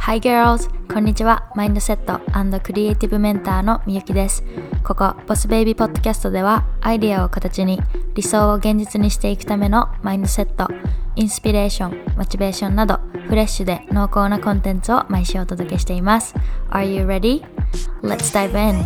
Hi girls! こんにちは。マインドセット&クリエイティブメンターのみゆきです。ここ、ボスベイビーポッドキャストでは、アイデアを形に理想を現実にしていくためのマインドセット、インスピレーション、モチベーションなど、フレッシュで濃厚なコンテンツを毎週お届けしています。Are you ready? Let's dive in!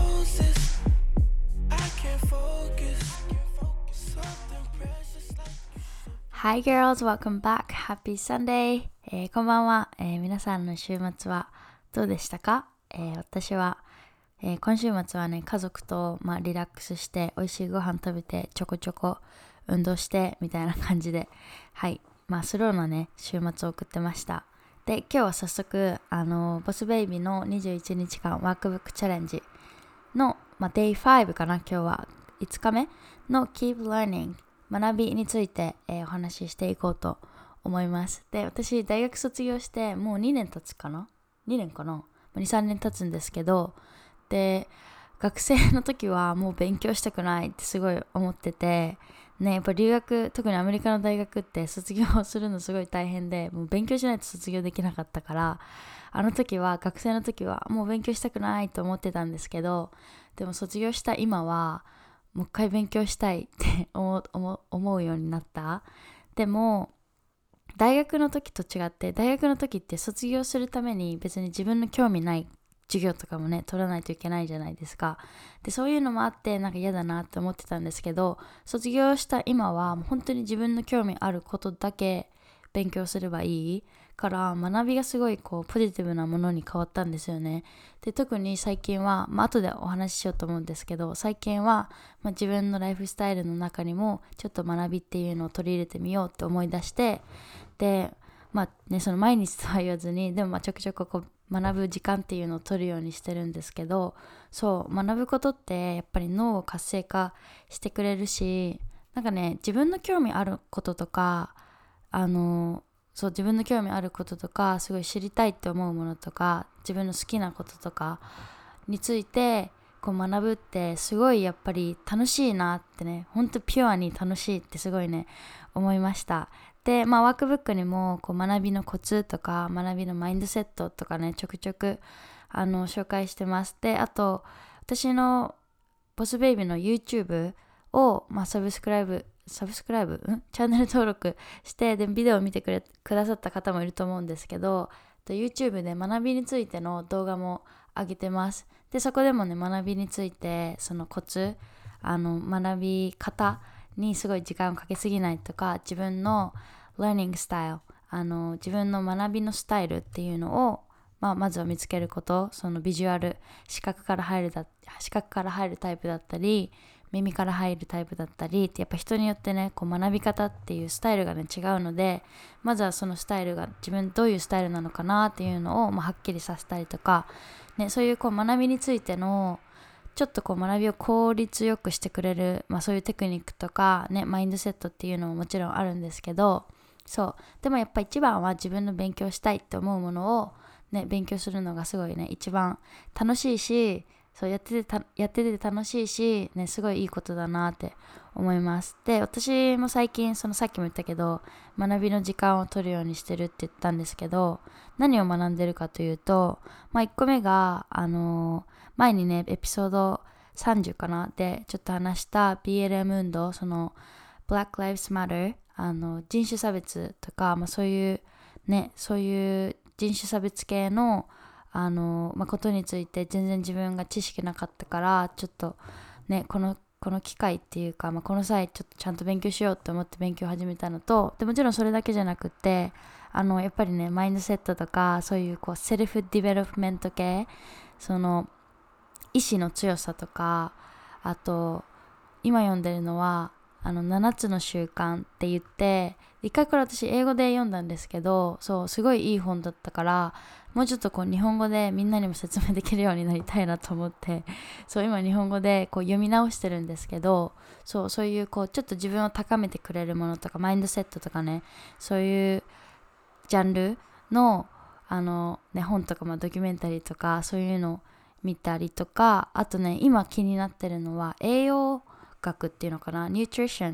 Hi girls! Welcome back! Happy Sunday! こんばんは、皆さんの週末はどうでしたか？私は、今週末はね、家族と、リラックスして美味しいご飯食べてちょこちょこ運動してみたいな感じで、はい、スローなね週末を送ってました。で、今日は早速ボスベイビーの21日間ワークブックチャレンジの、Day 5かな、今日は5日目の Keep Learning 学びについて、お話ししていこうと思います。で、私大学卒業してもう2年経つかな ?2 年かな ?2、3年経つんですけど、で、学生の時はもう勉強したくないってすごい思ってて、ね、やっぱ留学、特にアメリカの大学って卒業するのすごい大変で、もう勉強しないと卒業できなかったから、学生の時はもう勉強したくないと思ってたんですけど、でも卒業した今は、もう一回勉強したいって思うようになった。でも、大学の時と違って、大学の時って卒業するために別に自分の興味ない授業とかもね、取らないといけないじゃないですか。で、そういうのもあって、なんか嫌だなって思ってたんですけど、卒業した今は、もう本当に自分の興味あることだけ勉強すればいいから、学びがすごいポジティブなものに変わったんですよね。で、特に最近は、後でお話ししようと思うんですけど、最近は、自分のライフスタイルの中にも、ちょっと学びっていうのを取り入れてみようって思い出して、で、その毎日とは言わずに、でもちょくちょく学ぶ時間っていうのを取るようにしてるんですけど、そう学ぶことってやっぱり脳を活性化してくれるし、なんかね、自分の興味あることとか、自分の興味あることとか、すごい知りたいって思うものとか、自分の好きなこととかについて学ぶってすごいやっぱり楽しいなってね、ほんとピュアに楽しいってすごいね思いました。で、ワークブックにも学びのコツとか学びのマインドセットとかね、ちょくちょく紹介してます。で、あと私のボスベイビーの YouTube を、サブスクライブチャンネル登録して、でビデオを見てくださった方もいると思うんですけど、YouTube で学びについての動画も上げてます。で、そこでもね、学びについてそのコツ、学び方にすごい時間をかけすぎないとか、自分の learning style、自分の学びのスタイルっていうのを、まずは見つけること、そのビジュアル、視覚から入るタイプだったり、耳から入るタイプだったりって、やっぱ人によってね、学び方っていうスタイルがね違うので、まずはそのスタイルが自分どういうスタイルなのかなっていうのを、はっきりさせたりとか、ね、そういう学びについてのちょっと学びを効率よくしてくれる、そういうテクニックとかね、マインドセットっていうのももちろんあるんですけど、そうでもやっぱ一番は自分の勉強したいって思うものをね、勉強するのがすごいね一番楽しいし、そうやってて楽しいし、ね、すごいいいことだなって思います。で、私も最近さっきも言ったけど、学びの時間を取るようにしてるって言ったんですけど、何を学んでるかというと、1個目が前にねエピソード30かなでちょっと話した BLM 運動、その Black Lives Matter、人種差別とか、そういう人種差別系のことについて全然自分が知識なかったから、ちょっとねこの機会っていうか、この際ちょっとちゃんと勉強しようと思って勉強を始めたのと、でもちろんそれだけじゃなくってやっぱりねマインドセットとか、そういうセルフディベロップメント系、その意志の強さとか、あと今読んでるのは7つの習慣って言って、一回これ私英語で読んだんですけど、そうすごいいい本だったから、もうちょっと日本語でみんなにも説明できるようになりたいなと思って、そう今日本語で読み直してるんですけど、そういうちょっと自分を高めてくれるものとか、マインドセットとかね、そういうジャンルの本とか、ドキュメンタリーとかそういうのを見たりとか、あとね今気になってるのは栄養学っていうのかな、ニュートリション、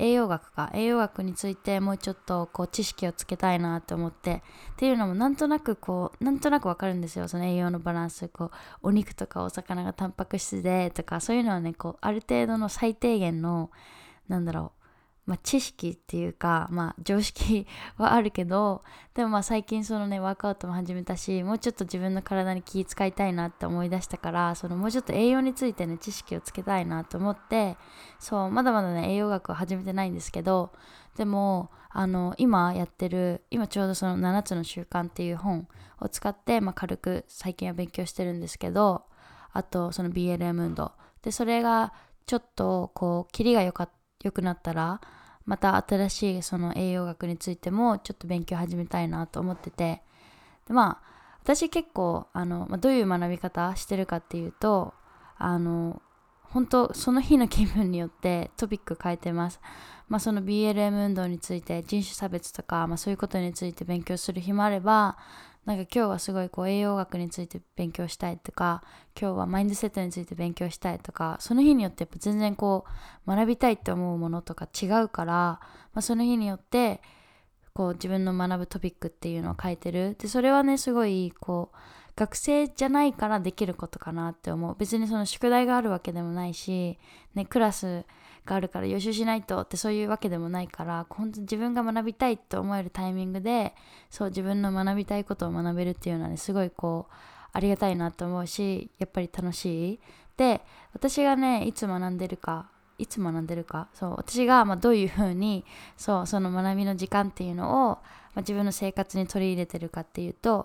栄養学についてもうちょっとこう知識をつけたいなと思って、っていうのもなんとなくわかるんですよ。その栄養のバランス、こうお肉とかお魚がタンパク質でとか、そういうのはね、こうある程度の最低限の知識っていうか、常識はあるけど、でも最近そのねワークアウトも始めたし、もうちょっと自分の体に気遣いたいなって思い出したから、そのもうちょっと栄養についてね知識をつけたいなと思って、そうまだまだね栄養学は始めてないんですけど、でも今ちょうどその7つの習慣っていう本を使って、軽く最近は勉強してるんですけど、あとその BLM 運動で、それがちょっとこうキリが良くなったら、また新しいその栄養学についてもちょっと勉強始めたいなと思ってて、で私結構どういう学び方してるかっていうと、本当その日の気分によってトピック変えてます。その BLM 運動について、人種差別とか、そういうことについて勉強する日もあれば、なんか今日はすごいこう栄養学について勉強したいとか、今日はマインドセットについて勉強したいとか、その日によってやっぱ全然こう学びたいって思うものとか違うから、その日によってこう自分の学ぶトピックっていうのを変えてる。でそれはねすごいこう学生じゃないからできることかなって思う。別にその宿題があるわけでもないし、ね、クラスがあるから予習しないとってそういうわけでもないから、本当に自分が学びたいと思えるタイミングで、そう自分の学びたいことを学べるっていうのはねすごいこうありがたいなと思うし、やっぱり楽しい。で私がねいつ学んでるか、そう私がどういうふうにその学びの時間っていうのを、自分の生活に取り入れてるかっていうと、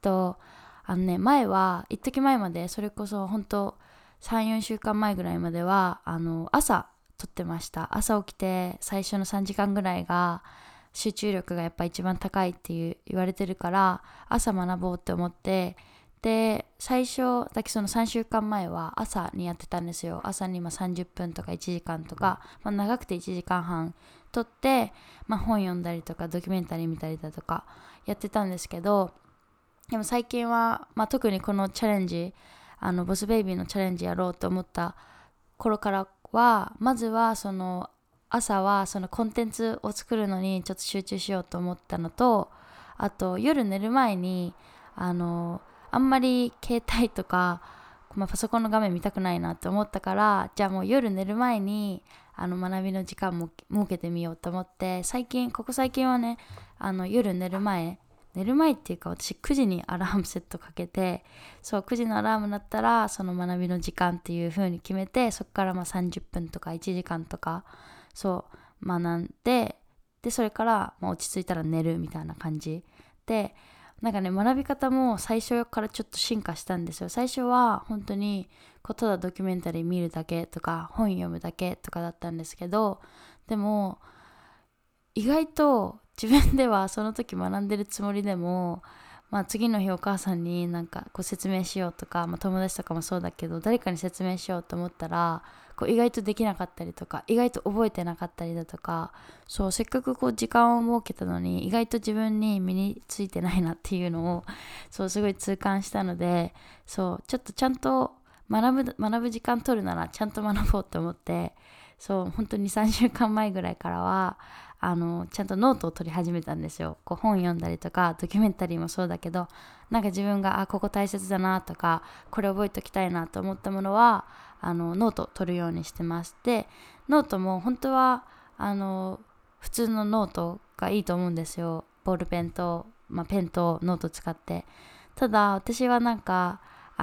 一時前まで、それこそ本当3、4週間前ぐらいまでは朝撮ってました。朝起きて最初の3時間ぐらいが集中力がやっぱ一番高いって言われてるから、朝学ぼうって思って、で最初だけその3週間前は朝にやってたんですよ。朝に30分とか1時間とか、長くて1時間半撮って、本読んだりとかドキュメンタリー見たりだとかやってたんですけど、でも最近は、特にこのチャレンジ、ボスベイビーのチャレンジやろうと思った頃からは、まずはその朝はそのコンテンツを作るのにちょっと集中しようと思ったのと、あと夜寝る前にあんまり携帯とか、パソコンの画面見たくないなって思ったから、じゃあもう夜寝る前に学びの時間も設けてみようと思って、ここ最近はね夜寝る前っていうか、私9時にアラームセットかけて、そう9時のアラームだったらその学びの時間っていう風に決めて、そこから30分とか1時間とかそう学んで、でそれから落ち着いたら寝るみたいな感じで、なんかね学び方も最初からちょっと進化したんですよ。最初は本当にただドキュメンタリー見るだけとか本読むだけとかだったんですけど、でも意外と自分ではその時学んでるつもりでも、次の日お母さんになんかこう説明しようとか、友達とかもそうだけど誰かに説明しようと思ったら意外とできなかったりとか、意外と覚えてなかったりだとか、そうせっかく時間を設けたのに意外と自分に身についてないなっていうのをすごい痛感したので、ちょっとちゃんと学ぶ時間取るならちゃんと学ぼうと思って、本当に3週間前ぐらいからはちゃんとノートを取り始めたんですよ。本読んだりとかドキュメンタリーもそうだけど、なんか自分がここ大切だなとか、これ覚えておきたいなと思ったものはノートを取るようにしてます。でノートも本当は普通のノートがいいと思うんですよ。ボールペンと、ペンとノート使って。ただ私はなんか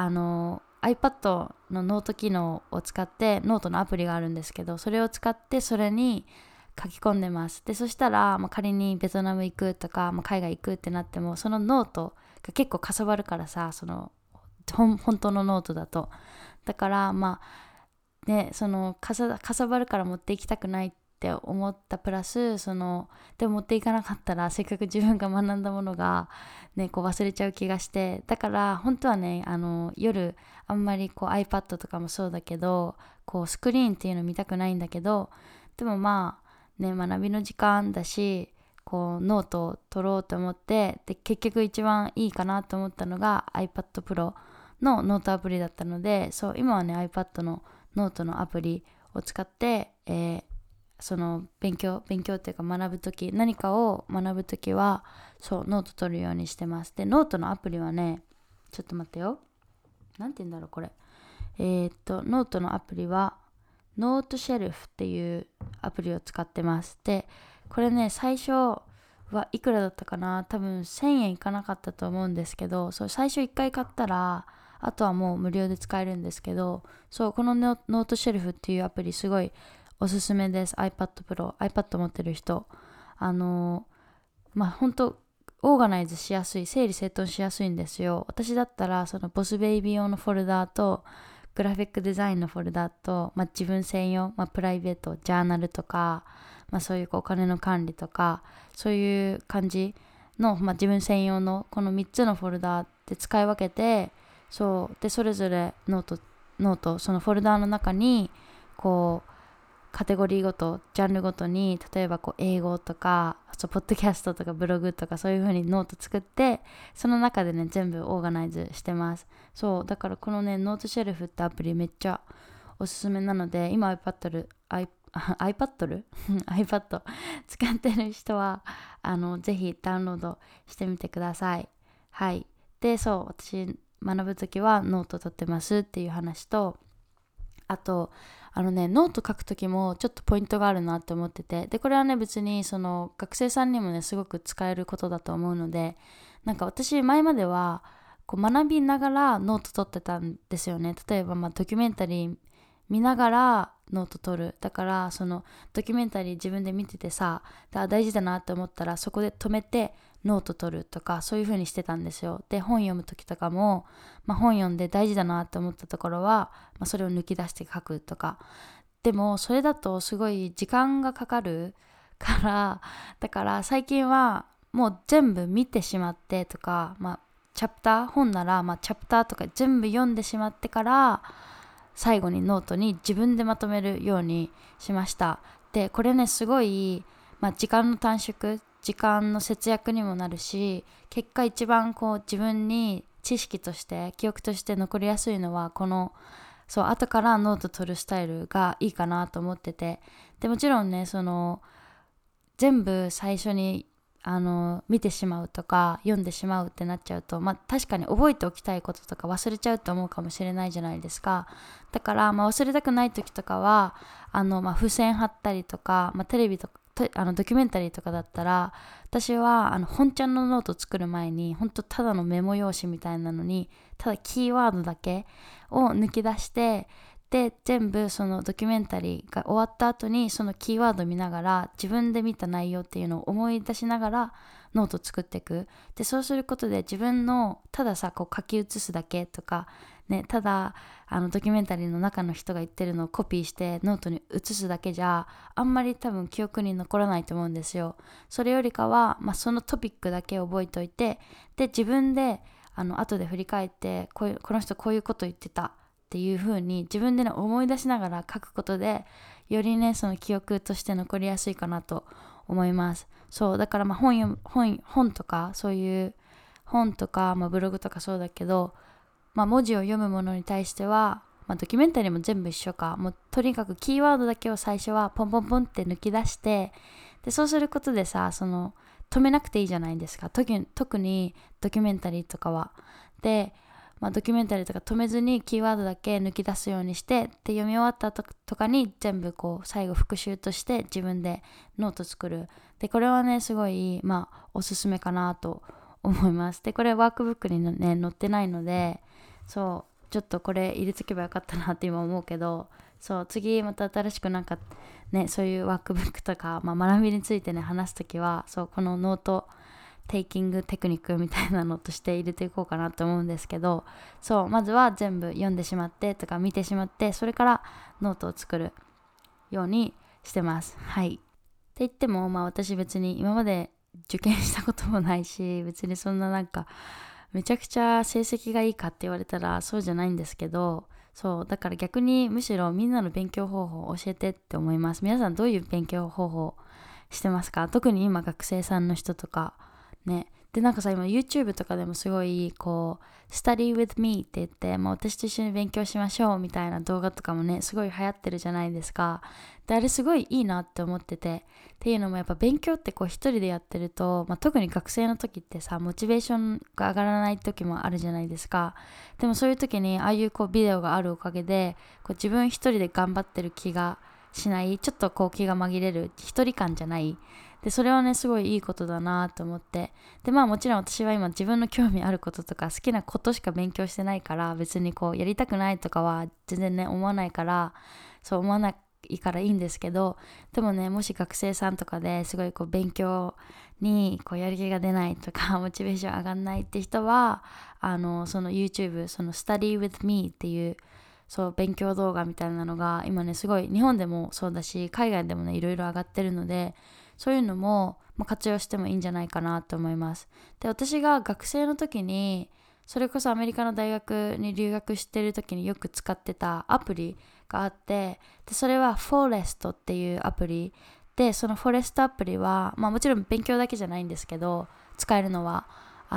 iPad のノート機能を使って、ノートのアプリがあるんですけど、それを使ってそれに書き込んでます。でそしたら、仮にベトナム行くとか、海外行くってなっても、そのノートが結構かさばるからさ、本当のノートだと。だからそのかさばるから持っていきたくないって思ったプラス、でも持っていかなかったらせっかく自分が学んだものがね忘れちゃう気がして、だから本当はね夜あんまりiPad とかもそうだけどスクリーンっていうの見たくないんだけど、でも学びの時間だしノートを取ろうと思って、で結局一番いいかなと思ったのが iPad Pro のノートアプリだったので、今はね iPad のノートのアプリを使って、 その勉強っていうか学ぶとき、何かを学ぶときはそうノート取るようにしてます。でノートのアプリはね、ちょっと待ってよ、なんて言うんだろうこれ、ノートのアプリはノートシェルフっていうアプリを使ってます。でこれね、最初はいくらだったかな、多分1000円いかなかったと思うんですけど、そう最初1回買ったらあとはもう無料で使えるんですけど、そうこのノートシェルフっていうアプリすごいおすすめです。 iPad Pro、iPad 持ってる人、本当オーガナイズしやすい、整理整頓しやすいんですよ。私だったらそのボスベイビー用のフォルダーとグラフィックデザインのフォルダーと、自分専用、プライベートジャーナルとか、そういうお金の管理とかそういう感じの、自分専用のこの3つのフォルダで使い分けて、そうでそれぞれノートそのフォルダの中にこうカテゴリーごとジャンルごとに、例えば英語とかポッドキャストとかブログとかそういう風にノート作って、その中でね全部オーガナイズしてます。そうだからこのねノートシェルフってアプリめっちゃおすすめなので、今 iPad 使ってる人はぜひダウンロードしてみてください。はい。でそう私学ぶときはノート取ってますっていう話と、あとノート書くときもちょっとポイントがあるなって思ってて、でこれはね別にその学生さんにもねすごく使えることだと思うので、なんか私前までは学びながらノート取ってたんですよね。例えばドキュメンタリー見ながらノート取る。だからそのドキュメンタリー自分で見ててさ、大事だなって思ったらそこで止めてノート取るとか、そういう風にしてたんですよ。で本読む時とかも、本読んで大事だなって思ったところは、それを抜き出して書くとか。でもそれだとすごい時間がかかるから、だから最近はもう全部見てしまってとか、チャプター本なら、チャプターとか全部読んでしまってから最後にノートに自分でまとめるようにしました。でこれねすごい、時間の短縮、時間の節約にもなるし、結果一番自分に知識として記憶として残りやすいのはこの後からノート取るスタイルがいいかなと思ってて、でもちろんね全部最初に見てしまうとか読んでしまうってなっちゃうと、確かに覚えておきたいこととか忘れちゃうと思うかもしれないじゃないですか。だから、忘れたくない時とかは付箋貼ったりとか、テレビとかドキュメンタリーとかだったら、私は本ちゃんのノート作る前に本当ただのメモ用紙みたいなのにただキーワードだけを抜き出して、で全部そのドキュメンタリーが終わった後にそのキーワード見ながら自分で見た内容っていうのを思い出しながらノート作っていく。でそうすることで自分のただ書き写すだけとかね、ただドキュメンタリーの中の人が言ってるのをコピーしてノートに写すだけじゃあんまり多分記憶に残らないと思うんですよ。それよりかは、そのトピックだけ覚えておいて、で自分で後で振り返ってこの人こういうこと言ってたっていう風に自分でね思い出しながら書くことで、よりねその記憶として残りやすいかなと思います。そうだから本とかそういう本とか、ブログとかそうだけど、文字を読むものに対しては、ドキュメンタリーも全部一緒か、もうとにかくキーワードだけを最初はポンポンポンって抜き出して、でそうすることでさ、止めなくていいじゃないですか。特にドキュメンタリーとかは。でドキュメンタリーとか止めずにキーワードだけ抜き出すようにして、で読み終わった後とかに全部最後復習として自分でノート作る。でこれはねすごいおすすめかなと思います。でこれワークブックにね載ってないので、そうちょっとこれ入れとけばよかったなって今思うけど、そう次また新しくそういうワークブックとか、学びについてね話すときはこのノートテイキングテクニックみたいなのとして入れていこうかなと思うんですけど、まずは全部読んでしまってとか見てしまって、それからノートを作るようにしてます。はい。って言っても私別に今まで受験したこともないし、別にそんなめちゃくちゃ成績がいいかって言われたらそうじゃないんですけど、だから逆にむしろみんなの勉強方法を教えてって思います。皆さんどういう勉強方法してますか？特に今学生さんの人とかね、 でなんかさ、今 YouTube とかでもすごいこう Study with me って言って、私と一緒に勉強しましょうみたいな動画とかもねすごい流行ってるじゃないですか。であれすごいいいなって思ってて、っていうのもやっぱ勉強ってこう一人でやってると、特に学生の時ってさモチベーションが上がらない時もあるじゃないですか。でもそういう時にああいうこうビデオがあるおかげでこう自分一人で頑張ってる気がしない、ちょっとこう気が紛れる、一人感じゃない。でそれはねすごいいいことだなと思って、でもちろん私は今自分の興味あることとか好きなことしか勉強してないから、別にこうやりたくないとかは全然ね思わないから、そう思わないからいいんですけど、でもねもし学生さんとかですごいこう勉強にこうやる気が出ないとかモチベーション上がんないって人はその YouTube その Study with me っていうそう勉強動画みたいなのが今ねすごい日本でもそうだし海外でもねいろいろ上がってるので、そういうのも活用してもいいんじゃないかなと思います。で私が学生の時にそれこそアメリカの大学に留学してる時によく使ってたアプリがあって、でそれは Forest っていうアプリで、その Forest アプリは、もちろん勉強だけじゃないんですけど使えるのは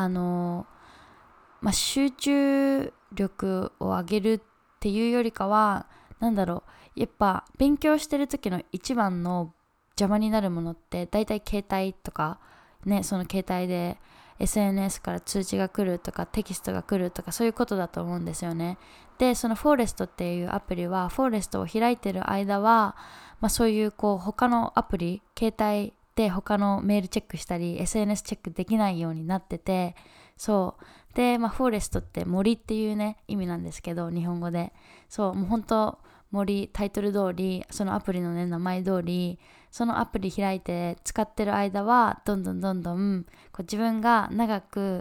集中力を上げるっていうよりかはやっぱ勉強してる時の一番の邪魔になるものってだいたい携帯とかね、その携帯で SNS から通知が来るとかテキストが来るとかそういうことだと思うんですよね。でそのフォーレストっていうアプリはフォーレストを開いてる間は、そういうこう他のアプリ携帯で他のメールチェックしたり SNS チェックできないようになってて、そうで、フォーレストって森っていうね意味なんですけど、日本語でそうもう本当森、タイトル通りそのアプリのね名前通り、そのアプリ開いて使ってる間はどんどんこう自分が長く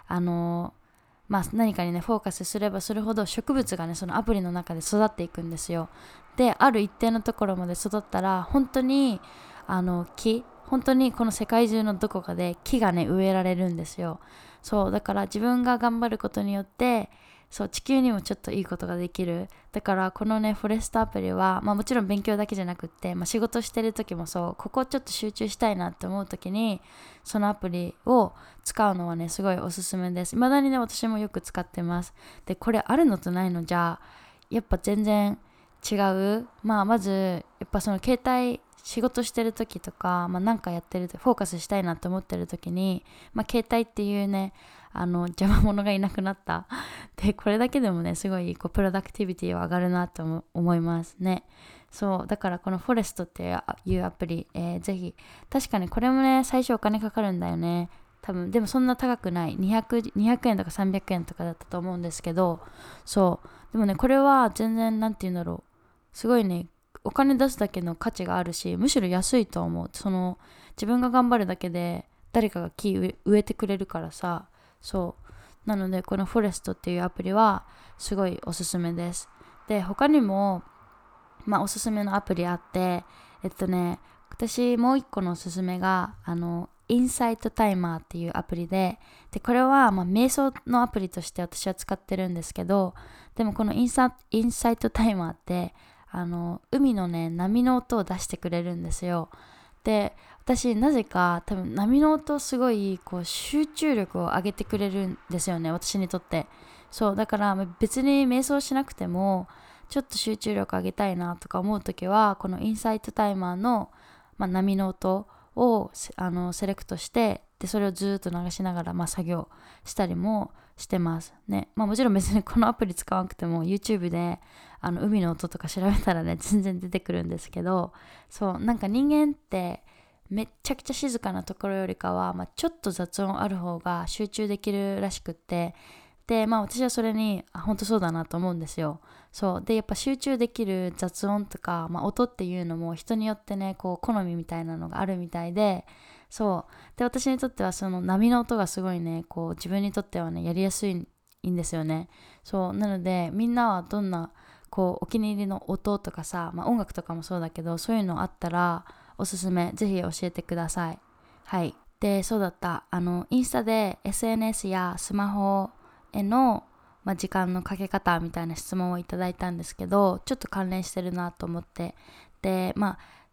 何かにねフォーカスすればするほど植物がねそのアプリの中で育っていくんですよ。である一定のところまで育ったら本当に本当にこの世界中のどこかで木がね植えられるんですよ。そうだから自分が頑張ることによってそう地球にもちょっといいことができる。だからこのねフォレストアプリは、もちろん勉強だけじゃなくって、仕事してる時もそうここちょっと集中したいなって思う時にそのアプリを使うのはねすごいおすすめです。未だにね私もよく使ってます。でこれあるのとないのじゃやっぱ全然違う。まずやっぱその携帯仕事してる時とか、なんかやってるとフォーカスしたいなって思ってる時に、携帯っていうね邪魔者がいなくなったでこれだけでもねすごいこうプロダクティビティは上がるなと思いますね。そうだからこのフォレストっていうアプリ、ぜひ、確かにこれもね最初お金かかるんだよね多分。でもそんな高くない、200円とか300円とかだったと思うんですけど、そうでもねこれは全然すごいねお金出すだけの価値があるし、むしろ安いと思う。その自分が頑張るだけで誰かが木植えてくれるからさ。そうなのでこのフォレストっていうアプリはすごいおすすめです。で他にもおすすめのアプリあって、私もう一個のおすすめがインサイトタイマーっていうアプリで、これは瞑想のアプリとして私は使ってるんですけど、でもこのインサイトタイマーって海のね波の音を出してくれるんですよ。で私なぜか多分波の音すごいこう集中力を上げてくれるんですよね、私にとって。そうだから別に瞑想しなくてもちょっと集中力上げたいなとか思うときはこのインサイトタイマーの、波の音をセレクトして、でそれをずっと流しながら、作業したりもしてますね。もちろん別にこのアプリ使わなくても YouTube で海の音とか調べたらね全然出てくるんですけど、そう人間ってめっちゃくちゃ静かなところよりかは、ちょっと雑音ある方が集中できるらしくって、で私はそれに本当そうだなと思うんですよ。そうでやっぱ集中できる雑音とか、音っていうのも人によってねこう好みみたいなのがあるみたいで、そうで私にとってはその波の音がすごいねこう自分にとってはねやりやすいんですよね。そうなのでみんなはどんなこうお気に入りの音とかさ、音楽とかもそうだけどそういうのあったらおすすめぜひ教えてください。はい。でそうだった、インスタで SNS やスマホへの、時間のかけ方みたいな質問をいただいたんですけど、ちょっと関連してるなと思って、で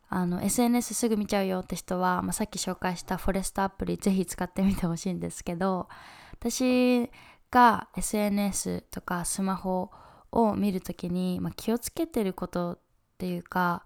SNS すぐ見ちゃうよって人は、さっき紹介したフォレストアプリぜひ使ってみてほしいんですけど、私が SNS とかスマホを見るときに、気をつけてることっていうか、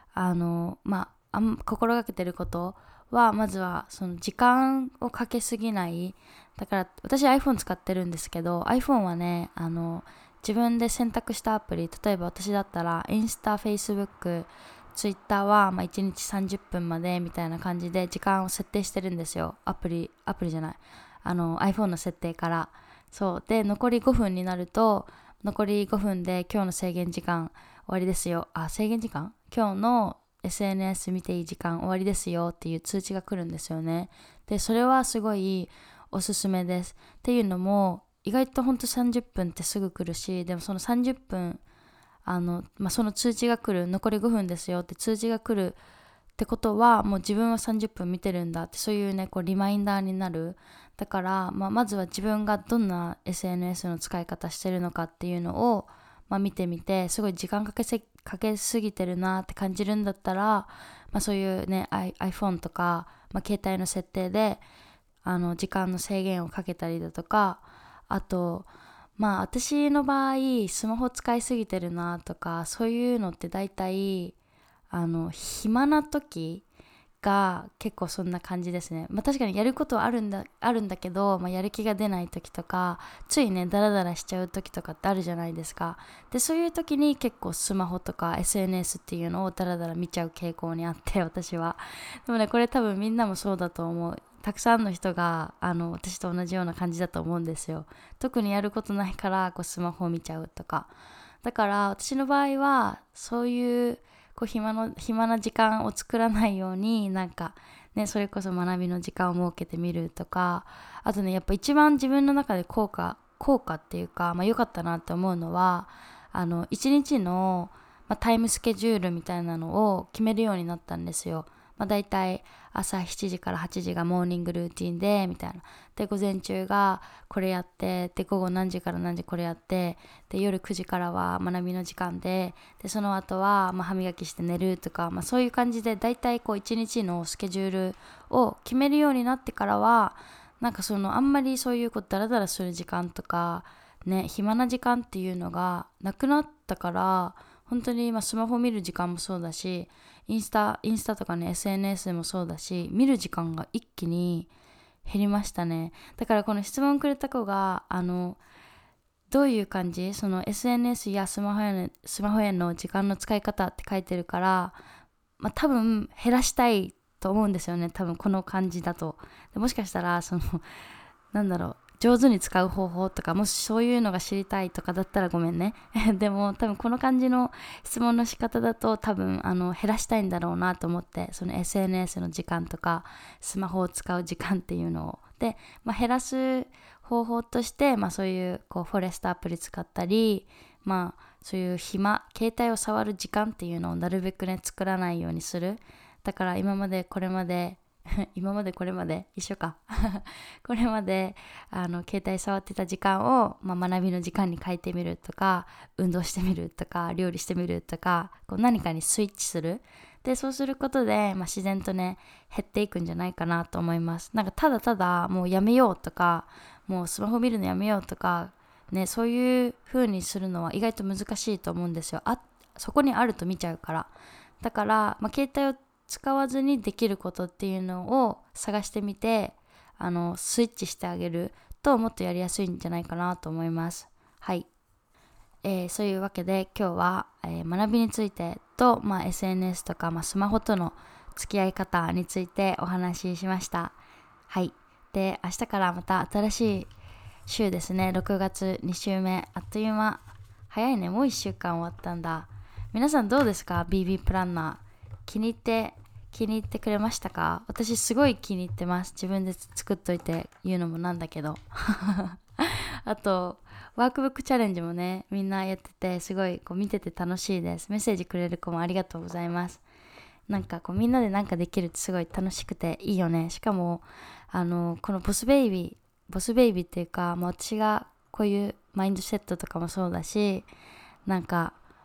心がけてることは、まずはその時間をかけすぎない。だから私 iPhone 使ってるんですけど、 iPhone はね、自分で選択したアプリ、例えば私だったらインスタ、Facebook、ツイッターは1日30分までみたいな感じで時間を設定してるんですよ。アプリじゃない、iPhone の設定から。そうで、残り5分になると、残り5分で今日の制限時間終わりですよ。制限時間、今日の SNS 見ていい時間終わりですよっていう通知が来るんですよね。でそれはすごいおすすめです。っていうのも、意外とほんと30分ってすぐ来るし、でもその30分その通知が来る、残り5分ですよって通知が来るってことは、もう自分は30分見てるんだって、そういうね、リマインダーになる。だから、まずは自分がどんな SNS の使い方してるのかっていうのを、見てみて、すごい時間かけすぎてるなって感じるんだったら、そういうね、iPhone とか、携帯の設定で時間の制限をかけたりだとか、あと私の場合スマホ使いすぎてるなとか、そういうのって大体暇な時が結構そんな感じですね。確かにやることはあるんだけど、やる気が出ない時とか、ついねダラダラしちゃう時とかってあるじゃないですか。でそういう時に結構スマホとか SNS っていうのをダラダラ見ちゃう傾向にあって、私は。でもね、これ多分みんなもそうだと思う。たくさんの人が私と同じような感じだと思うんですよ。特にやることないからスマホを見ちゃうとか。だから私の場合はそういう暇な時間を作らないように、それこそ学びの時間を設けてみるとか、あとね、やっぱ一番自分の中で効果っていうか、良かったなって思うのは、一日の、タイムスケジュールみたいなのを決めるようになったんですよ。だいたい朝7時から8時がモーニングルーティンでみたいな。で午前中がこれやって、で午後何時から何時これやって、で夜9時からは学びの時間で、その後は歯磨きして寝るとか、そういう感じでだいたい一日のスケジュールを決めるようになってからは、あんまりそういうダラダラする時間とかね、暇な時間っていうのがなくなったから、本当にスマホ見る時間もそうだし、インスタとかね、 SNS もそうだし、見る時間が一気に減りましたね。だからこの質問くれた子がどういう感じ、その SNS やスマホへの時間の使い方って書いてるから、多分減らしたいと思うんですよね。多分この感じだと。でもしかしたら上手に使う方法とか、もしそういうのが知りたいとかだったらごめんね。でも多分この感じの質問の仕方だと、多分減らしたいんだろうなと思って、その SNS の時間とかスマホを使う時間っていうのをで、減らす方法として、そういうフォレストアプリ使ったり、そういう携帯を触る時間っていうのをなるべくね作らないようにする。だから今までこれまで一緒かこれまで携帯触ってた時間を、学びの時間に変えてみるとか、運動してみるとか、料理してみるとか、何かにスイッチする。でそうすることで、自然とね減っていくんじゃないかなと思います。ただただもうやめようとか、もうスマホ見るのやめようとかね、そういう風にするのは意外と難しいと思うんですよ。そこにあると見ちゃうから。だから、携帯を使わずにできることっていうのを探してみて、スイッチしてあげるともっとやりやすいんじゃないかなと思います。はい。そういうわけで今日は、学びについてと、SNS とか、スマホとの付き合い方についてお話ししました。はい。で、明日からまた新しい週ですね。6月2週目。あっという間。早いね。もう1週間終わったんだ。皆さんどうですか？ BB プランナー。気に入ってくれましたか？私すごい気に入ってます。自分で作っといて言うのもなんだけど。あと、ワークブックチャレンジもね、みんなやってて、すごい見てて楽しいです。メッセージくれる子もありがとうございます。みんなでできるってすごい楽しくていいよね。しかも、このボスベイビーっていうか、私がこういうマインドセットとかもそうだし、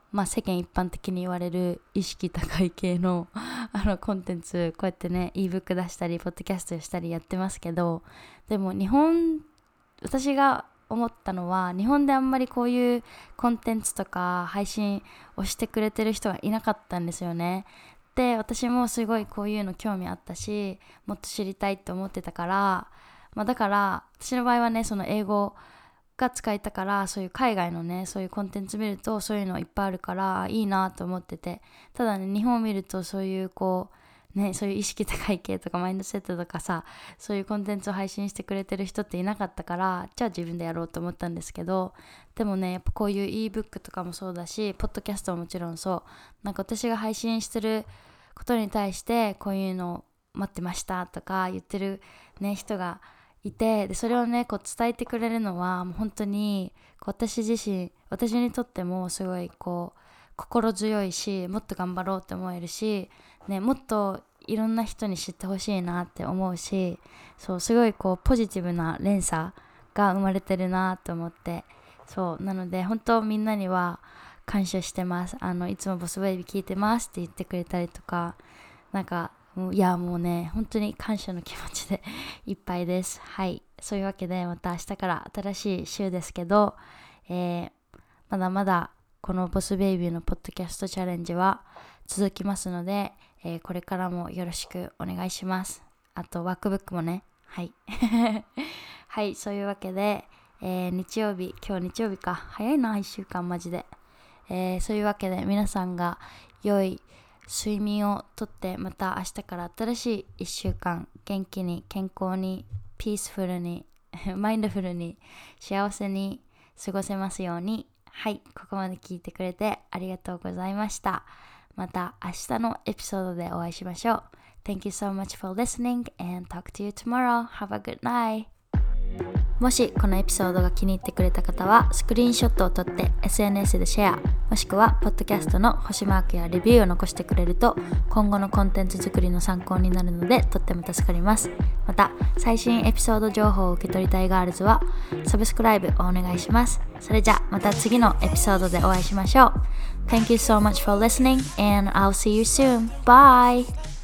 世間一般的に言われる意識高い系のコンテンツ、こうやってね ebook 出したりポッドキャストしたりやってますけど、でも私が思ったのは、日本であんまりこういうコンテンツとか配信をしてくれてる人がいなかったんですよね。で、私もすごいこういうの興味あったし、もっと知りたいって思ってたから、だから私の場合はね、その英語が使えたから、そういう海外のねそういうコンテンツ見るとそういうのいっぱいあるからいいなと思ってて、ただね日本を見るとそういうそういう意識高い系とかマインドセットとかさ、そういうコンテンツを配信してくれてる人っていなかったから、じゃあ自分でやろうと思ったんですけど、でもねやっぱこういう ebook とかもそうだし、ポッドキャストももちろんそう、なんか私が配信してることに対してこういうの待ってましたとか言ってるね人がいて、でそれをね伝えてくれるのはもう本当に私にとってもすごい心強いし、もっと頑張ろうって思えるし、ね、もっといろんな人に知ってほしいなって思うし、そうすごいポジティブな連鎖が生まれてるなと思って、そうなので本当みんなには感謝してます。いつもボスベイビー聞いてますって言ってくれたりとか、いやもうね本当に感謝の気持ちでいっぱいです。はい、そういうわけでまた明日から新しい週ですけど、まだまだこのボスベイビーのポッドキャストチャレンジは続きますので、これからもよろしくお願いします。あとワークブックもね、はいはい、そういうわけで、今日日曜日か、早いな1週間マジで、そういうわけで皆さんが良い睡眠をとって、また明日から新しい1週間元気に健康にピースフルにマインドフルに幸せに過ごせますように。はい、ここまで聞いてくれてありがとうございました。また明日のエピソードでお会いしましょう。 Thank you so much for listening and talk to you tomorrow. Have a good night. もしこのエピソードが気に入ってくれた方はスクリーンショットを撮って SNS でシェア、もしくはポッドキャストの星マークやレビューを残してくれると今後のコンテンツ作りの参考になるのでとっても助かります。また最新エピソード情報を受け取りたいガールズはサブスクライブをお願いします。それじゃまた次のエピソードでお会いしましょう。 Thank you so much for listening and I'll see you soon. Bye!